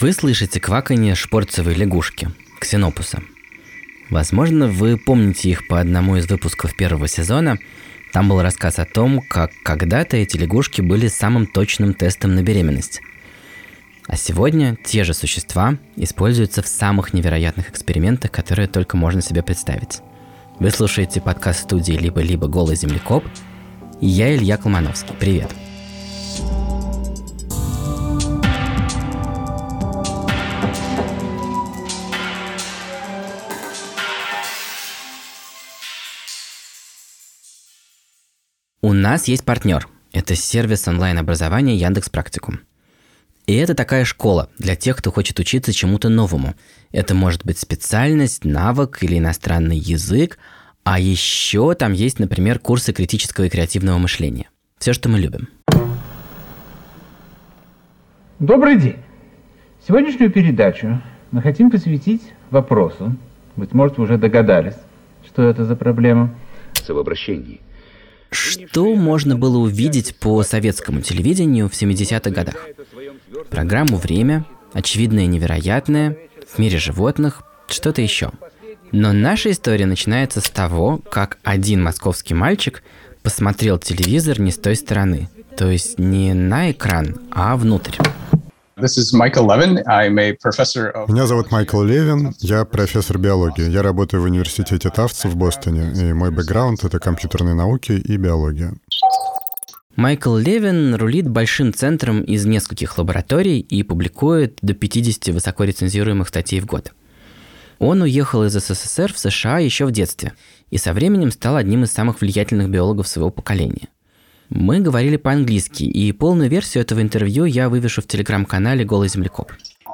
Вы слышите кваканье шпорцевой лягушки, ксенопуса. Возможно, вы помните их по одному из выпусков первого сезона. Там был рассказ о том, как когда-то эти лягушки были самым точным тестом на беременность. А сегодня те же существа используются в самых невероятных экспериментах, которые только можно себе представить. Вы слушаете подкаст студии «Либо-либо. Голый землекоп», и я Илья Колмановский. Привет! У нас есть партнер. Это сервис онлайн-образования Яндекс.Практикум. И это такая школа для тех, кто хочет учиться чему-то новому. Это может быть специальность, навык или иностранный язык. А еще там есть, например, курсы критического и креативного мышления. Все, что мы любим. Добрый день. Сегодняшнюю передачу мы хотим посвятить вопросу, быть может, вы уже догадались, что это за проблема. В обращении. Что можно было увидеть по советскому телевидению в 70-х годах? Программу «Время», «Очевидное и невероятное», «В мире животных», что-то еще. Но наша история начинается с того, как один московский мальчик посмотрел телевизор не с той стороны. То есть не на экран, а внутрь. Меня зовут Майкл Левин, я профессор биологии. Я работаю в университете Тафтса в Бостоне, и мой бэкграунд — это компьютерные науки и биология. Майкл Левин рулит большим центром из нескольких лабораторий и публикует до 50 высокорецензируемых статей в год. Он уехал из СССР в США еще в детстве и со временем стал одним из самых влиятельных биологов своего поколения. Мы говорили по-английски, и полную версию этого интервью я вывешу в телеграм-канале «Голый землекоп».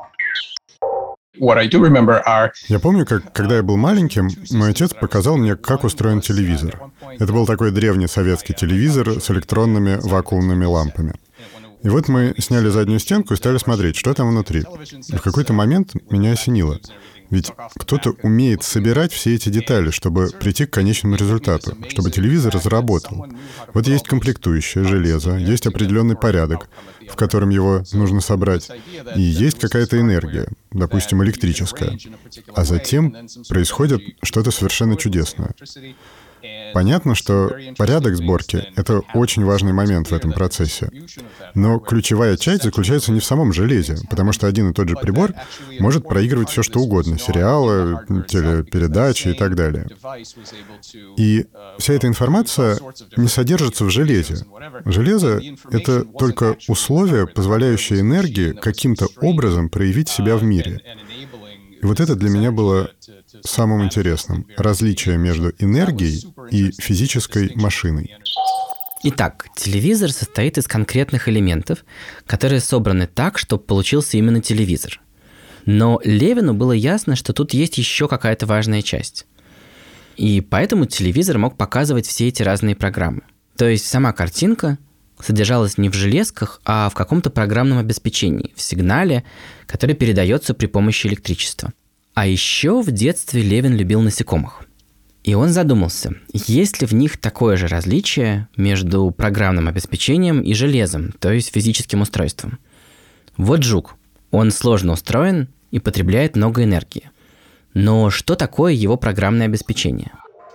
Я помню, как, когда я был маленьким, мой отец показал мне, как устроен телевизор. Это был такой древний советский телевизор с электронными вакуумными лампами. И вот мы сняли заднюю стенку и стали смотреть, что там внутри. И в какой-то момент меня осенило. Ведь кто-то умеет собирать все эти детали, чтобы прийти к конечному результату, чтобы телевизор заработал. Вот есть комплектующее железо, есть определенный порядок, в котором его нужно собрать, и есть какая-то энергия, допустим, электрическая. А затем происходит что-то совершенно чудесное. Понятно, что порядок сборки — это очень важный момент в этом процессе. Но ключевая часть заключается не в самом железе, потому что один и тот же прибор может проигрывать все, что угодно — сериалы, телепередачи и так далее. И вся эта информация не содержится в железе. Железо — это только условие, позволяющее энергии каким-то образом проявить себя в мире. И вот это для меня было самым интересным — различие между энергией и физической машиной. Итак, телевизор состоит из конкретных элементов, которые собраны так, чтобы получился именно телевизор. Но Левину было ясно, что тут есть еще какая-то важная часть. И поэтому телевизор мог показывать все эти разные программы. То есть сама картинка содержалась не в железках, а в каком-то программном обеспечении, в сигнале, который передается при помощи электричества. А еще в детстве Левин любил насекомых. И он задумался, есть ли в них такое же различие между программным обеспечением и железом, то есть физическим устройством. Вот жук. Он сложно устроен и потребляет много энергии. Но что такое его программное обеспечение?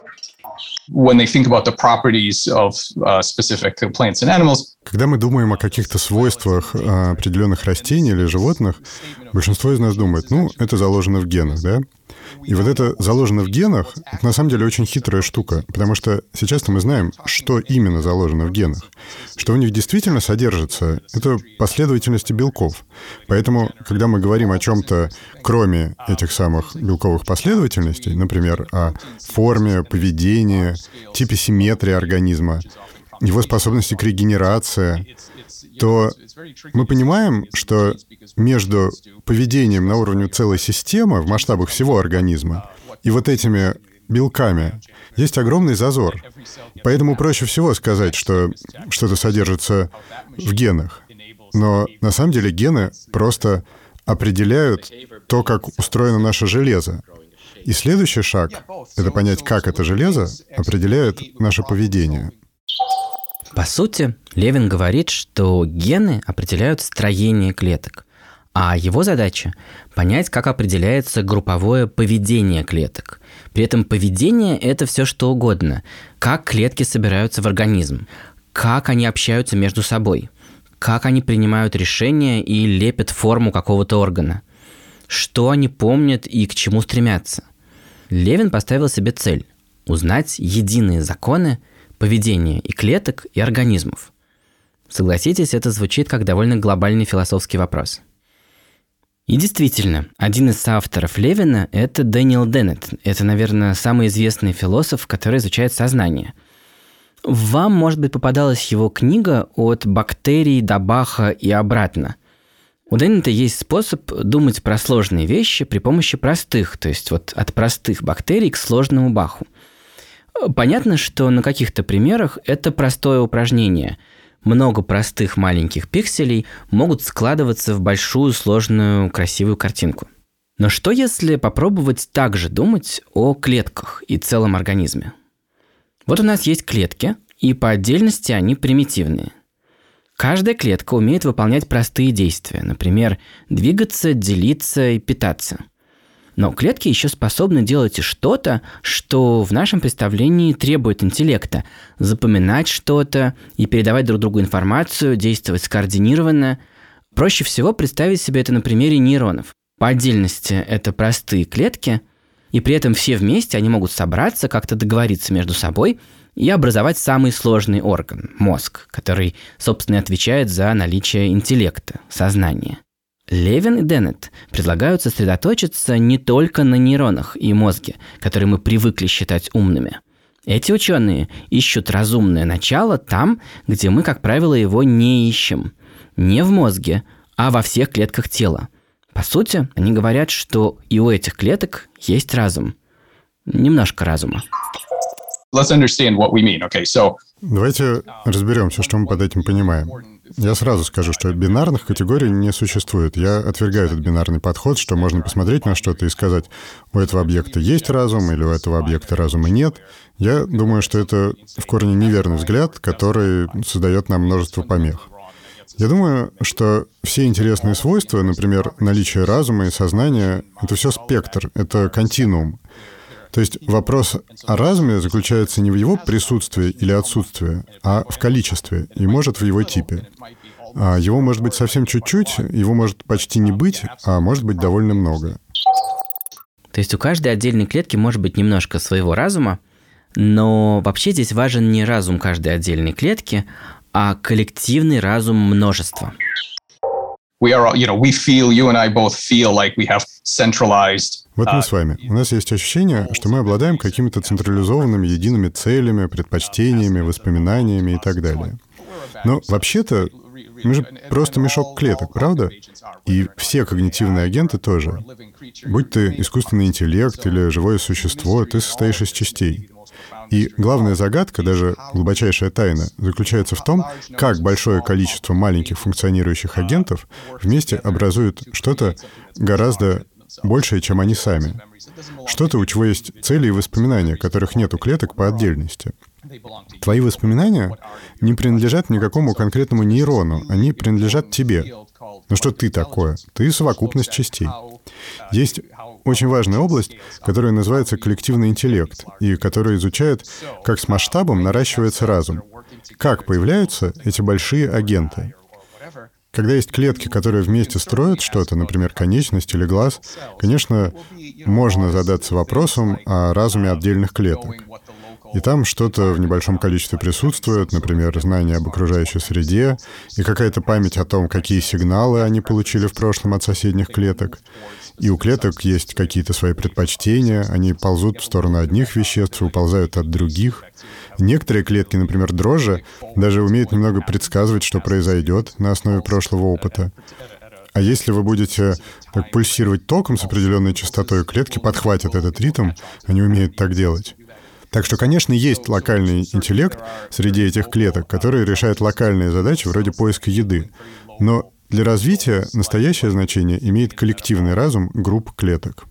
Когда мы думаем о каких-то свойствах определенных растений или животных, большинство из нас думает, это заложено в генах, да? И вот это заложено в генах, это на самом деле очень хитрая штука, потому что сейчас-то мы знаем, что именно заложено в генах. Что в них действительно содержится, это последовательности белков. Поэтому, когда мы говорим о чем-то, кроме этих самых белковых последовательностей, например, о форме, поведении, типе симметрии организма, его способности к регенерации, то мы понимаем, что между поведением на уровне целой системы в масштабах всего организма и вот этими белками есть огромный зазор. Поэтому проще всего сказать, что что-то содержится в генах. Но на самом деле гены просто определяют то, как устроено наше железо. И следующий шаг — это понять, как это железо определяет наше поведение. По сути, Левин говорит, что гены определяют строение клеток, А его задача – понять, как определяется групповое поведение клеток. При этом поведение – это все что угодно. Как клетки собираются в организм, как они общаются между собой, как они принимают решения и лепят форму какого-то органа, что они помнят и к чему стремятся. Левин поставил себе цель – узнать единые законы поведения и клеток, и организмов. Согласитесь, это звучит как довольно глобальный философский вопрос. И действительно, один из соавторов Левина – это Дэниел Деннет. Это, наверное, самый известный философ, который изучает сознание. Вам, может быть, попадалась его книга «От бактерий до Баха и обратно». У Деннета есть способ думать про сложные вещи при помощи простых, то есть вот от простых бактерий к сложному Баху. Понятно, что на каких-то примерах это простое упражнение – много простых маленьких пикселей могут складываться в большую, сложную, красивую картинку. Но что если попробовать также думать о клетках и целом организме? Вот у нас есть клетки, и по отдельности они примитивные. Каждая клетка умеет выполнять простые действия, например, двигаться, делиться и питаться. Но клетки еще способны делать и что-то, что в нашем представлении требует интеллекта. Запоминать что-то и передавать друг другу информацию, действовать скоординированно. Проще всего представить себе это на примере нейронов. По отдельности это простые клетки, и при этом все вместе они могут собраться, как-то договориться между собой и образовать самый сложный орган – мозг, который, собственно, отвечает за наличие интеллекта, сознания. Левин и Деннет предлагают сосредоточиться не только на нейронах и мозге, которые мы привыкли считать умными. Эти ученые ищут разумное начало там, где мы, как правило, его не ищем. Не в мозге, а во всех клетках тела. По сути, они говорят, что и у этих клеток есть разум. Немножко разума. Давайте разберемся, что мы под этим понимаем. Я сразу скажу, что бинарных категорий не существует. Я отвергаю этот бинарный подход, что можно посмотреть на что-то и сказать, у этого объекта есть разум или у этого объекта разума нет. Я думаю, что это в корне неверный взгляд, который создает нам множество помех. Я думаю, что все интересные свойства, например, наличие разума и сознания, это все спектр, это континуум. То есть вопрос о разуме заключается не в его присутствии или отсутствии, а в количестве, и может в его типе. А его может быть совсем чуть-чуть, его может почти не быть, а может быть довольно много. То есть у каждой отдельной клетки может быть немножко своего разума, но вообще здесь важен не разум каждой отдельной клетки, а коллективный разум множества. Вот мы с вами. У нас есть ощущение, что мы обладаем какими-то централизованными едиными целями, предпочтениями, воспоминаниями и так далее. Но вообще-то мы же просто мешок клеток, правда? И все когнитивные агенты тоже. Будь ты искусственный интеллект или живое существо, ты состоишь из частей. И главная загадка, даже глубочайшая тайна, заключается в том, как большое количество маленьких функционирующих агентов вместе образуют что-то гораздо большее, чем они сами. Что-то, у чего есть цели и воспоминания, которых нет у клеток по отдельности. Твои воспоминания не принадлежат никакому конкретному нейрону, они принадлежат тебе. Но что ты такое? Ты совокупность частей. Есть очень важная область, которая называется коллективный интеллект, и которая изучает, как с масштабом наращивается разум, как появляются эти большие агенты. Когда есть клетки, которые вместе строят что-то, например, конечность или глаз, конечно, можно задаться вопросом о разуме отдельных клеток. И там что-то в небольшом количестве присутствует, например, знание об окружающей среде и какая-то память о том, какие сигналы они получили в прошлом от соседних клеток. И у клеток есть какие-то свои предпочтения, они ползут в сторону одних веществ и уползают от других. Некоторые клетки, например, дрожжи, даже умеют немного предсказывать, что произойдет на основе прошлого опыта. А если вы будете так пульсировать током с определенной частотой, клетки подхватят этот ритм, они умеют так делать. Так что, конечно, есть локальный интеллект среди этих клеток, который решает локальные задачи вроде поиска еды. Но для развития настоящее значение имеет коллективный разум групп клеток.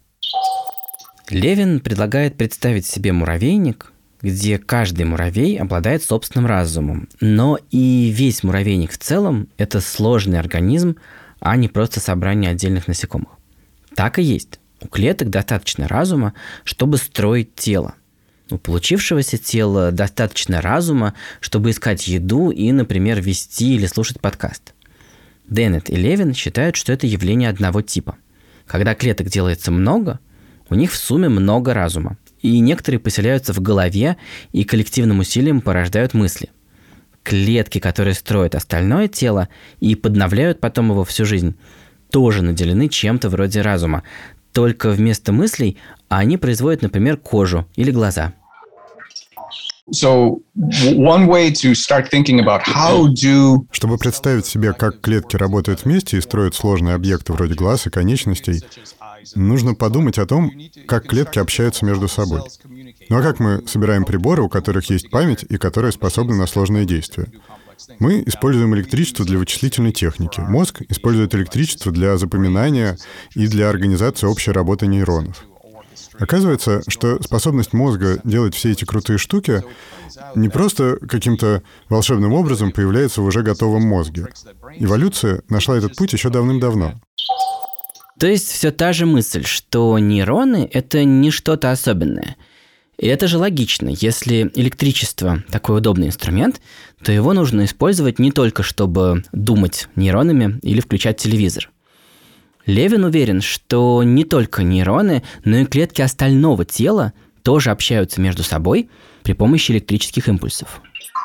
Левин предлагает представить себе муравейник, где каждый муравей обладает собственным разумом, но и весь муравейник в целом – это сложный организм, а не просто собрание отдельных насекомых. Так и есть. У клеток достаточно разума, чтобы строить тело. У получившегося тела достаточно разума, чтобы искать еду и, например, вести или слушать подкаст. Деннет и Левин считают, что это явление одного типа. Когда клеток делается много, у них в сумме много разума, и некоторые поселяются в голове и коллективным усилием порождают мысли. Клетки, которые строят остальное тело и подновляют потом его всю жизнь, тоже наделены чем-то вроде разума, только вместо мыслей они производят, например, кожу или глаза. Чтобы представить себе, как клетки работают вместе и строят сложные объекты вроде глаз и конечностей, нужно подумать о том, как клетки общаются между собой. Ну а как мы собираем приборы, у которых есть память и которые способны на сложные действия? Мы используем электричество для вычислительной техники. Мозг использует электричество для запоминания и для организации общей работы нейронов. Оказывается, что способность мозга делать все эти крутые штуки не просто каким-то волшебным образом появляется в уже готовом мозге. Эволюция нашла этот путь еще давным-давно. То есть все та же мысль, что нейроны — это не что-то особенное. И это же логично. Если электричество — такой удобный инструмент, то его нужно использовать не только, чтобы думать нейронами или включать телевизор. Левин уверен, что не только нейроны, но и клетки остального тела тоже общаются между собой при помощи электрических импульсов.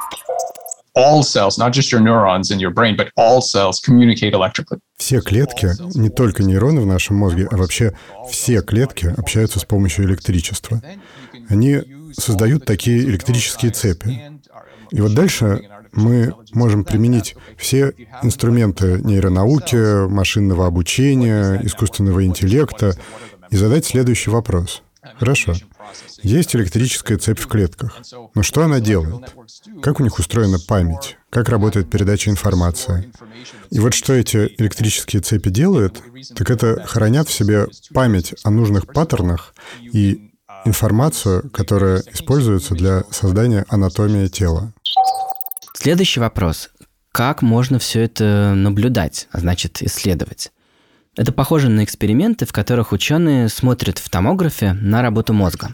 Все клетки, не только нейроны в нашем мозге, а вообще все клетки общаются с помощью электричества. Они создают такие электрические цепи. И вот дальше мы можем применить все инструменты нейронауки, машинного обучения, искусственного интеллекта и задать следующий вопрос. Хорошо, есть электрическая цепь в клетках, но что она делает? Как у них устроена память? Как работает передача информации? И вот что эти электрические цепи делают, так это хранят в себе память о нужных паттернах и информацию, которая используется для создания анатомии тела. Следующий вопрос. Как можно все это наблюдать, а значит исследовать? Это похоже на эксперименты, в которых ученые смотрят в томографе на работу мозга.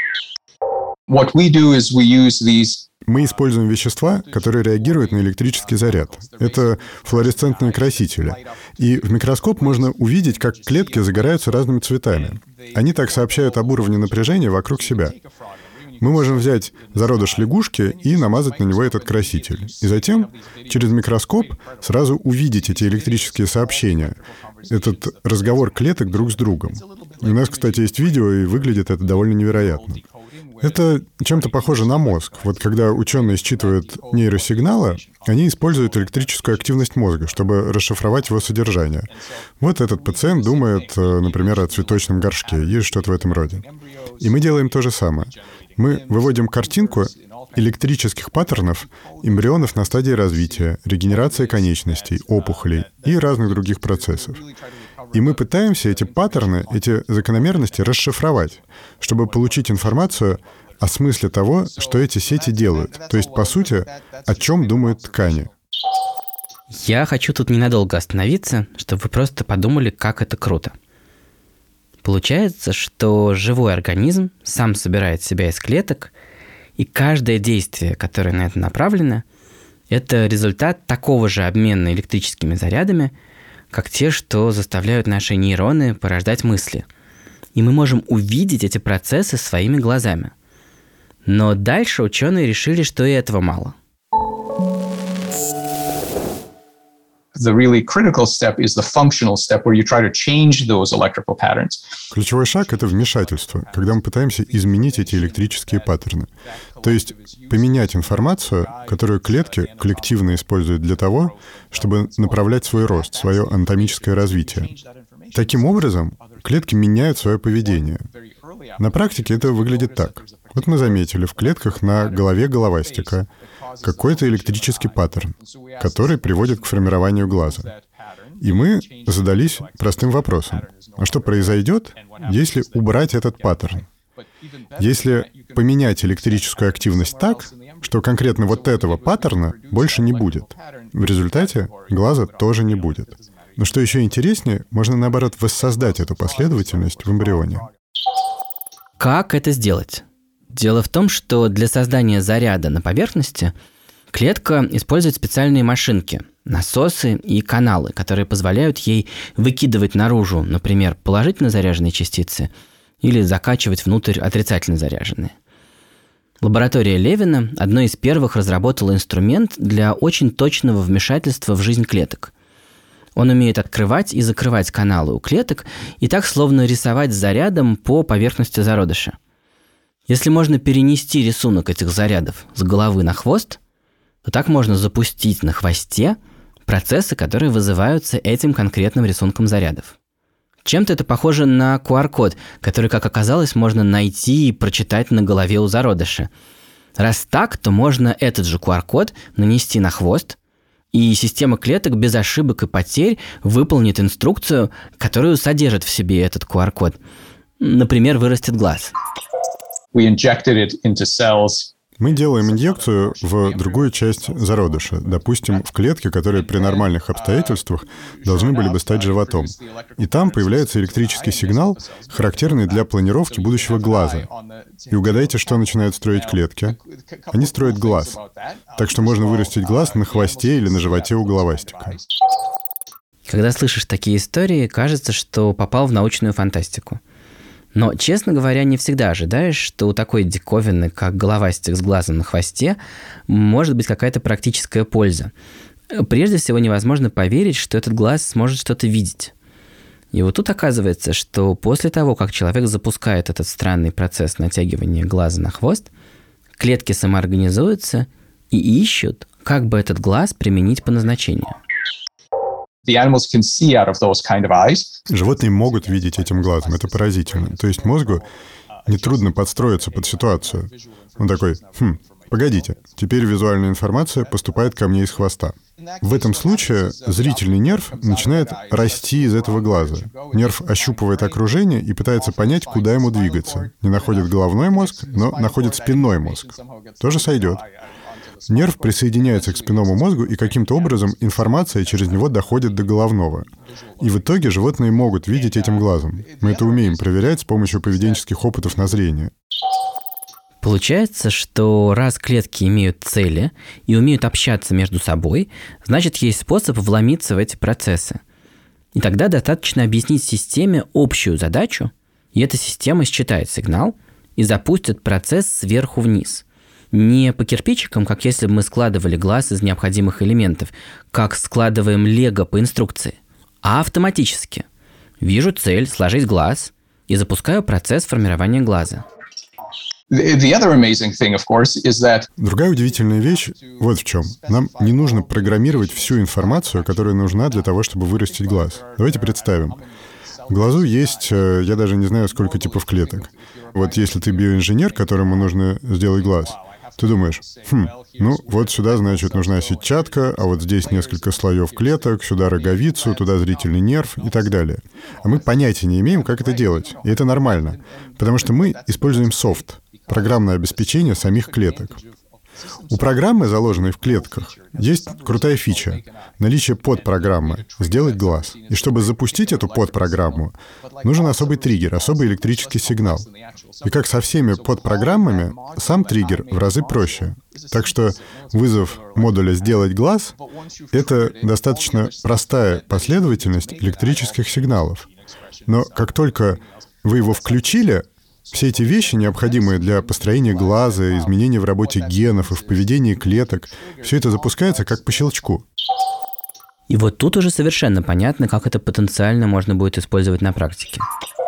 Мы используем вещества, которые реагируют на электрический заряд. Это флуоресцентные красители. И в микроскоп можно увидеть, как клетки загораются разными цветами. Они так сообщают об уровне напряжения вокруг себя. Мы можем взять зародыш лягушки и намазать на него этот краситель. И затем через микроскоп сразу увидеть эти электрические сообщения, этот разговор клеток друг с другом. У нас, кстати, есть видео, и выглядит это довольно невероятно. Это чем-то похоже на мозг. Вот когда ученые считывают нейросигналы, они используют электрическую активность мозга, чтобы расшифровать его содержание. Вот этот пациент думает, например, о цветочном горшке, есть что-то в этом роде. И мы делаем то же самое. Мы выводим картинку электрических паттернов эмбрионов на стадии развития, регенерации конечностей, опухолей и разных других процессов. И мы пытаемся эти паттерны, эти закономерности расшифровать, чтобы получить информацию о смысле того, что эти сети делают. То есть, по сути, о чем думают ткани. Я хочу тут ненадолго остановиться, чтобы вы просто подумали, как это круто. Получается, что живой организм сам собирает себя из клеток, и каждое действие, которое на это направлено, это результат такого же обмена электрическими зарядами, как те, что заставляют наши нейроны порождать мысли. И мы можем увидеть эти процессы своими глазами. Но дальше ученые решили, что и этого мало. Ключевой шаг — это вмешательство, когда мы пытаемся изменить эти электрические паттерны. То есть поменять информацию, которую клетки коллективно используют для того, чтобы направлять свой рост, свое анатомическое развитие. Таким образом, клетки меняют свое поведение. На практике это выглядит так. Вот мы заметили в клетках на голове головастика какой-то электрический паттерн, который приводит к формированию глаза. И мы задались простым вопросом. А что произойдет, если убрать этот паттерн? Если поменять электрическую активность так, что конкретно вот этого паттерна больше не будет. В результате глаза тоже не будет. Но что еще интереснее, можно, наоборот, воссоздать эту последовательность в эмбрионе. Как это сделать? Дело в том, что для создания заряда на поверхности клетка использует специальные машинки, насосы и каналы, которые позволяют ей выкидывать наружу, например, положительно заряженные частицы или закачивать внутрь отрицательно заряженные. Лаборатория Левина одной из первых разработала инструмент для очень точного вмешательства в жизнь клеток. Он умеет открывать и закрывать каналы у клеток и так словно рисовать зарядом по поверхности зародыша. Если можно перенести рисунок этих зарядов с головы на хвост, то так можно запустить на хвосте процессы, которые вызываются этим конкретным рисунком зарядов. Чем-то это похоже на QR-код, который, как оказалось, можно найти и прочитать на голове у зародыша. Раз так, то можно этот же QR-код нанести на хвост, и система клеток без ошибок и потерь выполнит инструкцию, которую содержит в себе этот QR-код. Например, вырастет глаз. Мы делаем инъекцию в другую часть зародыша, допустим, в клетке, которые при нормальных обстоятельствах должны были бы стать животом. И там появляется электрический сигнал, характерный для планировки будущего глаза. И угадайте, что начинают строить клетки? Они строят глаз. Так что можно вырастить глаз на хвосте или на животе у головастика. Когда слышишь такие истории, кажется, что попал в научную фантастику. Но, честно говоря, не всегда ожидаешь, что у такой диковины, как головастик с глазом на хвосте, может быть какая-то практическая польза. Прежде всего, невозможно поверить, что этот глаз сможет что-то видеть. И вот тут оказывается, что после того, как человек запускает этот странный процесс натягивания глаза на хвост, клетки самоорганизуются и ищут, как бы этот глаз применить по назначению. Животные могут видеть этим глазом, это поразительно. То есть мозгу нетрудно подстроиться под ситуацию. Он такой, погодите, теперь визуальная информация поступает ко мне из хвоста. В этом случае зрительный нерв начинает расти из этого глаза. Нерв ощупывает окружение и пытается понять, куда ему двигаться. Не находит головной мозг, но находит спинной мозг. Тоже сойдет. Нерв присоединяется к спинному мозгу, и каким-то образом информация через него доходит до головного. И в итоге животные могут видеть этим глазом. Мы это умеем проверять с помощью поведенческих опытов на зрение. Получается, что раз клетки имеют цели и умеют общаться между собой, значит, есть способ вломиться в эти процессы. И тогда достаточно объяснить системе общую задачу, и эта система считает сигнал и запустит процесс сверху вниз. Не по кирпичикам, как если бы мы складывали глаз из необходимых элементов, как складываем лего по инструкции, а автоматически. Вижу цель, сложить глаз, и запускаю процесс формирования глаза. Другая удивительная вещь вот в чем. Нам не нужно программировать всю информацию, которая нужна для того, чтобы вырастить глаз. Давайте представим. В глазу есть, я даже не знаю, сколько типов клеток. Вот если ты биоинженер, которому нужно сделать глаз, ты думаешь, вот сюда, значит, нужна сетчатка, а вот здесь несколько слоев клеток, сюда роговицу, туда зрительный нерв и так далее. А мы понятия не имеем, как это делать. И это нормально, потому что мы используем софт, программное обеспечение самих клеток. У программы, заложенной в клетках, есть крутая фича — наличие подпрограммы «Сделать глаз». И чтобы запустить эту подпрограмму, нужен особый триггер, особый электрический сигнал. И как со всеми подпрограммами, сам триггер в разы проще. Так что вызов модуля «Сделать глаз» — это достаточно простая последовательность электрических сигналов. Но как только вы его включили, все эти вещи, необходимые для построения глаза, изменения в работе генов и в поведении клеток, все это запускается как по щелчку. И вот тут уже совершенно понятно, как это потенциально можно будет использовать на практике.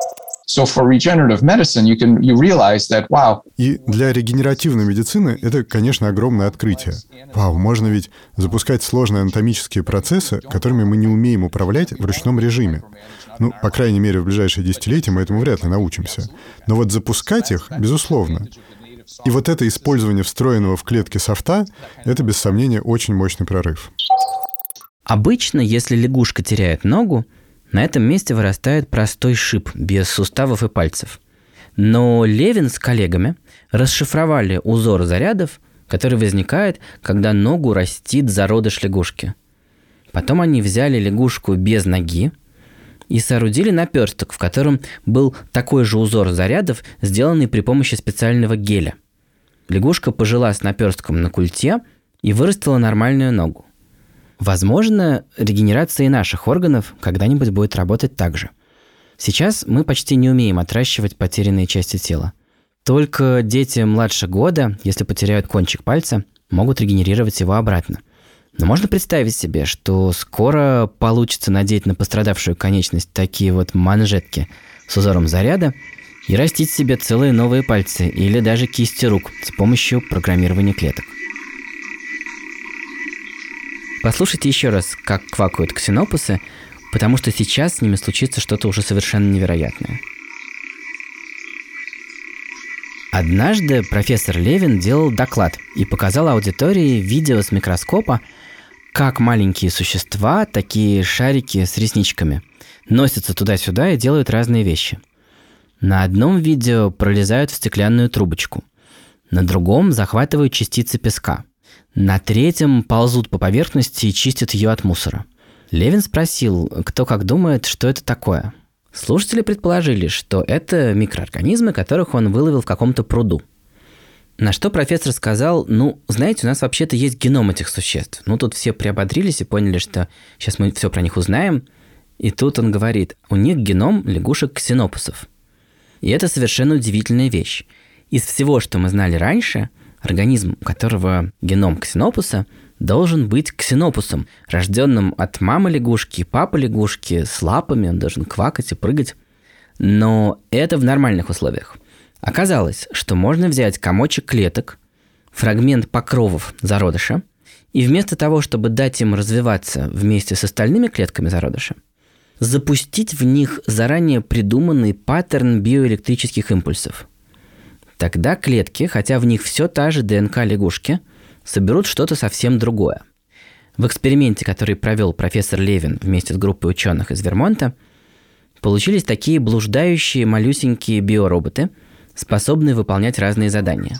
И для регенеративной медицины это, конечно, огромное открытие. Можно ведь запускать сложные анатомические процессы, которыми мы не умеем управлять в ручном режиме. По крайней мере, в ближайшие десятилетия мы этому вряд ли научимся. Но вот запускать их, безусловно. И вот это использование встроенного в клетки софта — это, без сомнения, очень мощный прорыв. Обычно, если лягушка теряет ногу, на этом месте вырастает простой шип, без суставов и пальцев. Но Левин с коллегами расшифровали узор зарядов, который возникает, когда ногу растит зародыш лягушки. Потом они взяли лягушку без ноги и соорудили наперсток, в котором был такой же узор зарядов, сделанный при помощи специального геля. Лягушка пожила с наперстком на культе и вырастила нормальную ногу. Возможно, регенерация и наших органов когда-нибудь будет работать так же. Сейчас мы почти не умеем отращивать потерянные части тела. Только дети младше года, если потеряют кончик пальца, могут регенерировать его обратно. Но можно представить себе, что скоро получится надеть на пострадавшую конечность такие вот манжетки с узором заряда и растить себе целые новые пальцы или даже кисти рук с помощью программирования клеток. Послушайте еще раз, как квакают ксенопусы, потому что сейчас с ними случится что-то уже совершенно невероятное. Однажды профессор Левин делал доклад и показал аудитории видео с микроскопа, как маленькие существа, такие шарики с ресничками, носятся туда-сюда и делают разные вещи. На одном видео пролезают в стеклянную трубочку, на другом захватывают частицы песка, на третьем ползут по поверхности и чистят ее от мусора. Левин спросил, кто как думает, что это такое. Слушатели предположили, что это микроорганизмы, которых он выловил в каком-то пруду. На что профессор сказал, знаете, у нас вообще-то есть геном этих существ. Тут все приободрились и поняли, что сейчас мы все про них узнаем. И тут он говорит, у них геном лягушек-ксенопусов. И это совершенно удивительная вещь. Из всего, что мы знали раньше, организм, у которого геном ксенопуса, должен быть ксенопусом, рожденным от мамы лягушки, папы лягушки, с лапами, он должен квакать и прыгать. Но это в нормальных условиях. Оказалось, что можно взять комочек клеток, фрагмент покровов зародыша, и вместо того, чтобы дать им развиваться вместе с остальными клетками зародыша, запустить в них заранее придуманный паттерн биоэлектрических импульсов. Тогда клетки, хотя в них все та же ДНК лягушки, соберут что-то совсем другое. В эксперименте, который провел профессор Левин вместе с группой ученых из Вермонта, получились такие блуждающие малюсенькие биороботы, способные выполнять разные задания.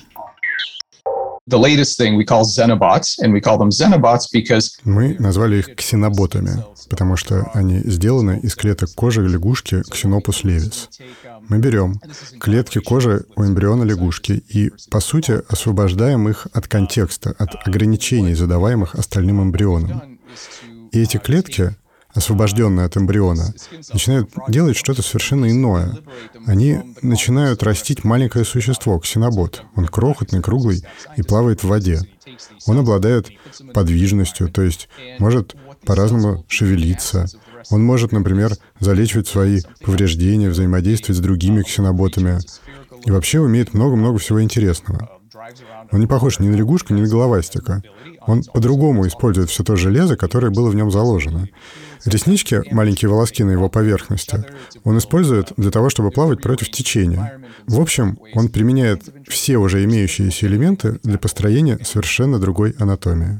Мы назвали их ксеноботами, потому что они сделаны из клеток кожи лягушки Ксенопус левис. Мы берем клетки кожи у эмбриона лягушки и, по сути, освобождаем их от контекста, от ограничений, задаваемых остальным эмбрионам. И эти клетки, освобожденные от эмбриона, начинают делать что-то совершенно иное. Они начинают растить маленькое существо, ксенобот. Он крохотный, круглый и плавает в воде. Он обладает подвижностью, то есть может по-разному шевелиться. Он может, например, залечивать свои повреждения, взаимодействовать с другими ксеноботами. И вообще умеет много-много всего интересного. Он не похож ни на лягушку, ни на головастика. Он по-другому использует все то железо, которое было в нем заложено. Реснички, маленькие волоски на его поверхности, он использует для того, чтобы плавать против течения. В общем, он применяет все уже имеющиеся элементы для построения совершенно другой анатомии.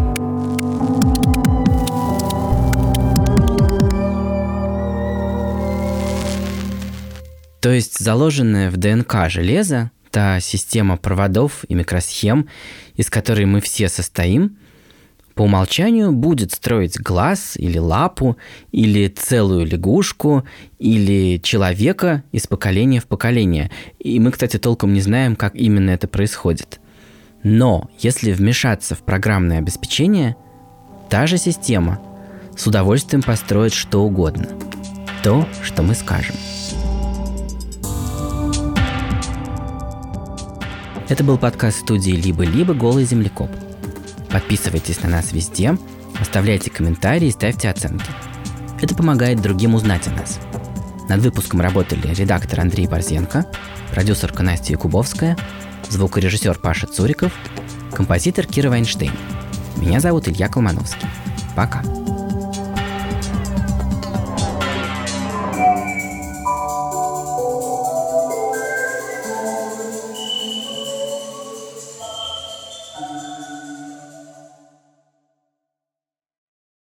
То есть заложенное в ДНК железо, та система проводов и микросхем, из которой мы все состоим, по умолчанию будет строить глаз или лапу, или целую лягушку, или человека из поколения в поколение. И мы, кстати, толком не знаем, как именно это происходит. Но если вмешаться в программное обеспечение, та же система с удовольствием построит что угодно. То, что мы скажем. Это был подкаст студии «Либо-либо. Голый землекоп». Подписывайтесь на нас везде, оставляйте комментарии и ставьте оценки. Это помогает другим узнать о нас. Над выпуском работали редактор Андрей Борзенко, продюсерка Настя Якубовская, звукорежиссер Паша Цуриков, композитор Кира Вайнштейн. Меня зовут Илья Колмановский. Пока.